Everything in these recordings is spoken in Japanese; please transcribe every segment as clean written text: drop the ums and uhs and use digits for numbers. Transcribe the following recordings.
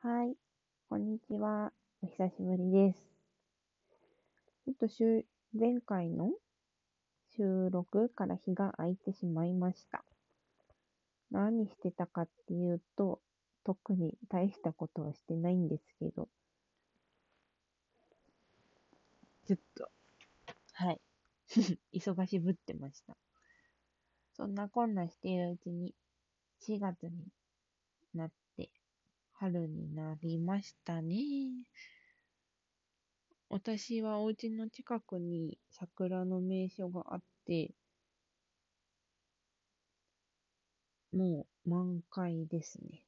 はい、こんにちは。お久しぶりです。ちょっと前回の収録から日が空いてしまいました。何してたかっていうと、特に大したことはしてないんですけど、ちょっと、はい、忙しぶってました。そんなこんなしているうちに4月になって春になりましたね。私はお家の近くに桜の名所があって、もう満開ですね。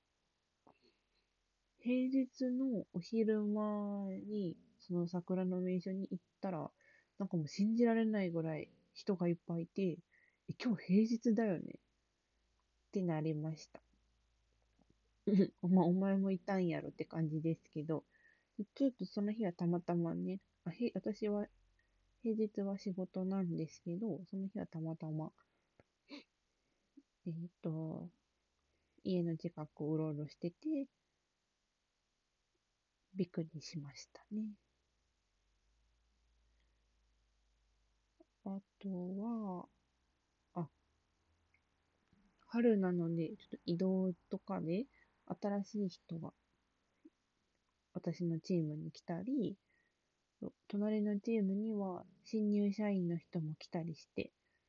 平日のお昼間にその桜の名所に行ったら、なんかもう信じられないぐらい人がいっぱいいて、今日平日だよねってなりました。まあ、お前もいたんやろって感じですけど、ちょっとその日はたまたまね、私は平日は仕事なんですけど、その日はたまたま、えっと、家の近くをうろうろしてて、びっくりしましたね。あとは、あ、春なので、ちょっと移動とかで、新しい人が私のチームに来たり、隣のチームには新入社員の人も来たりして、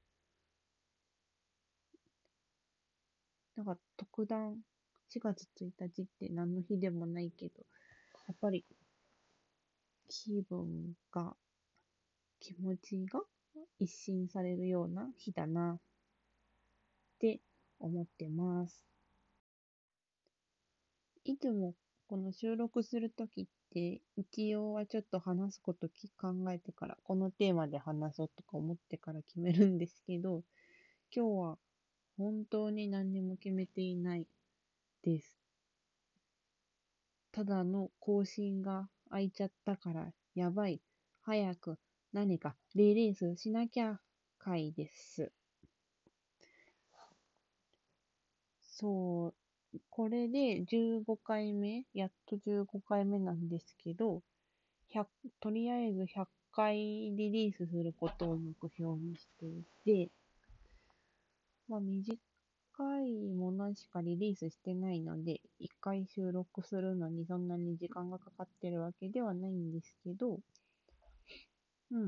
なんか特段4月1日って何の日でもないけど、やっぱり気分が、気持ちが一新されるような日だなって思ってます。いつもこの収録するときって、一応はちょっと話すこと考えてから、このテーマで話そうとか思ってから決めるんですけど、今日は本当に何にも決めていないです。ただの更新が空いちゃったから、やばい。早く何かリリースしなきゃ回です。そう、これで15回目、やっと15回目なんですけど、100とりあえず100回リリースすることを目標にしていて、まあ短いものしかリリースしてないので、1回収録するのにそんなに時間がかかってるわけではないんですけど、うん、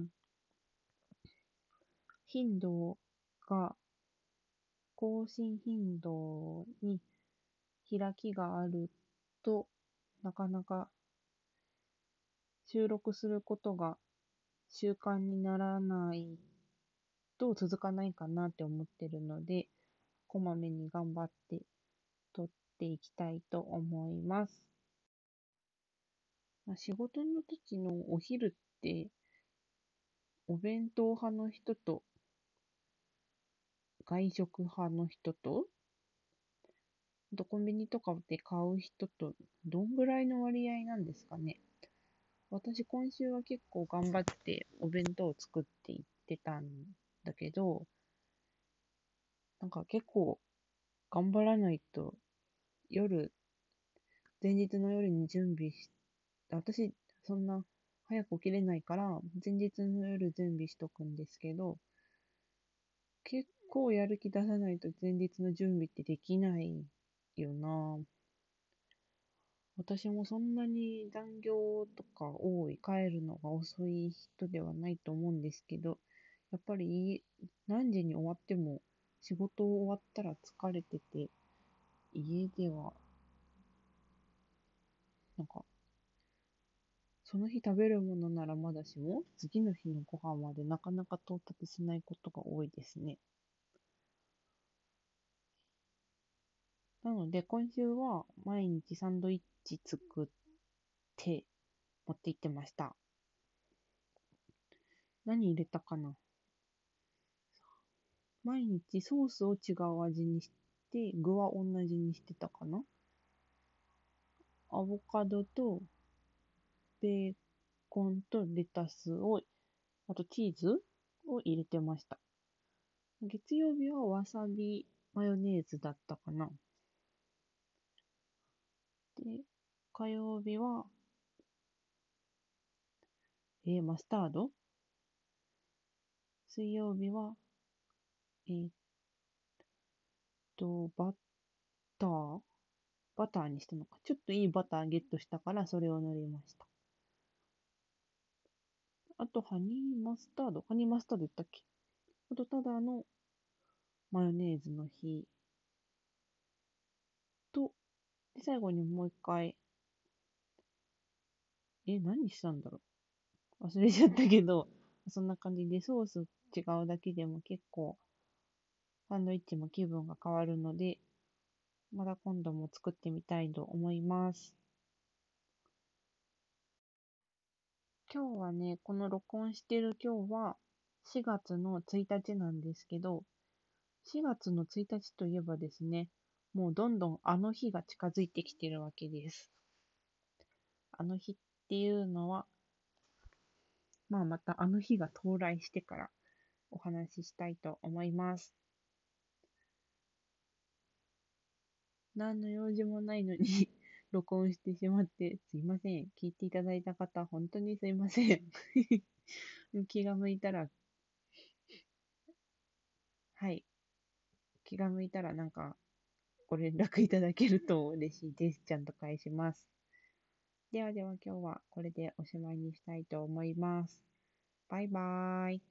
頻度が、更新頻度に開きがあると、なかなか収録することが習慣にならないと続かないかなって思ってるので、こまめに頑張って撮っていきたいと思います。まあ、仕事の時のお昼って、お弁当派の人と外食派の人と、コンビニとかで買う人とどんぐらいの割合なんですかね。私今週は結構頑張ってお弁当を作っていってたんだけど、なんか結構頑張らないと夜、前日の夜に準備し、私そんな早く起きれないから前日の夜準備しとくんですけど、結構やる気出さないと前日の準備ってできないよな。私もそんなに残業とか多い、帰るのが遅い人ではないと思うんですけど、やっぱり何時に終わっても仕事終わったら疲れてて、家ではなんかその日食べるものならまだしも、次の日のご飯までなかなか到達しないことが多いですね。なので今週は毎日サンドイッチ作って持って行ってました。何入れたかな。毎日ソースを違う味にして、具は同じにしてたかな。アボカドとベーコンとレタスを、あとチーズを入れてました。月曜日はわさびマヨネーズだったかな。で、 火曜日は、マスタード。水曜日は、えーっバッターバターにしたのか。ちょっといいバターゲットしたからそれを塗りました。あと、ハニーマスタード言ったっけ？あと、ただのマヨネーズの日と、で最後にもう一回、何したんだろう。忘れちゃったけど、そんな感じでソース違うだけでも結構サンドイッチも気分が変わるので、また今度も作ってみたいと思います。今日はね、この録音してる今日は4月の1日なんですけど、4月の1日といえばですね、もうどんどんあの日が近づいてきてるわけです。あの日っていうのは、またあの日が到来してからお話ししたいと思います。何の用事もないのに録音してしまってすいません。聞いていただいた方、本当にすいません。気が向いたら、はい。気が向いたらなんかご連絡いただけると嬉しいです。ちゃんと返します。ではでは今日はこれでおしまいにしたいと思います。バイバーイ。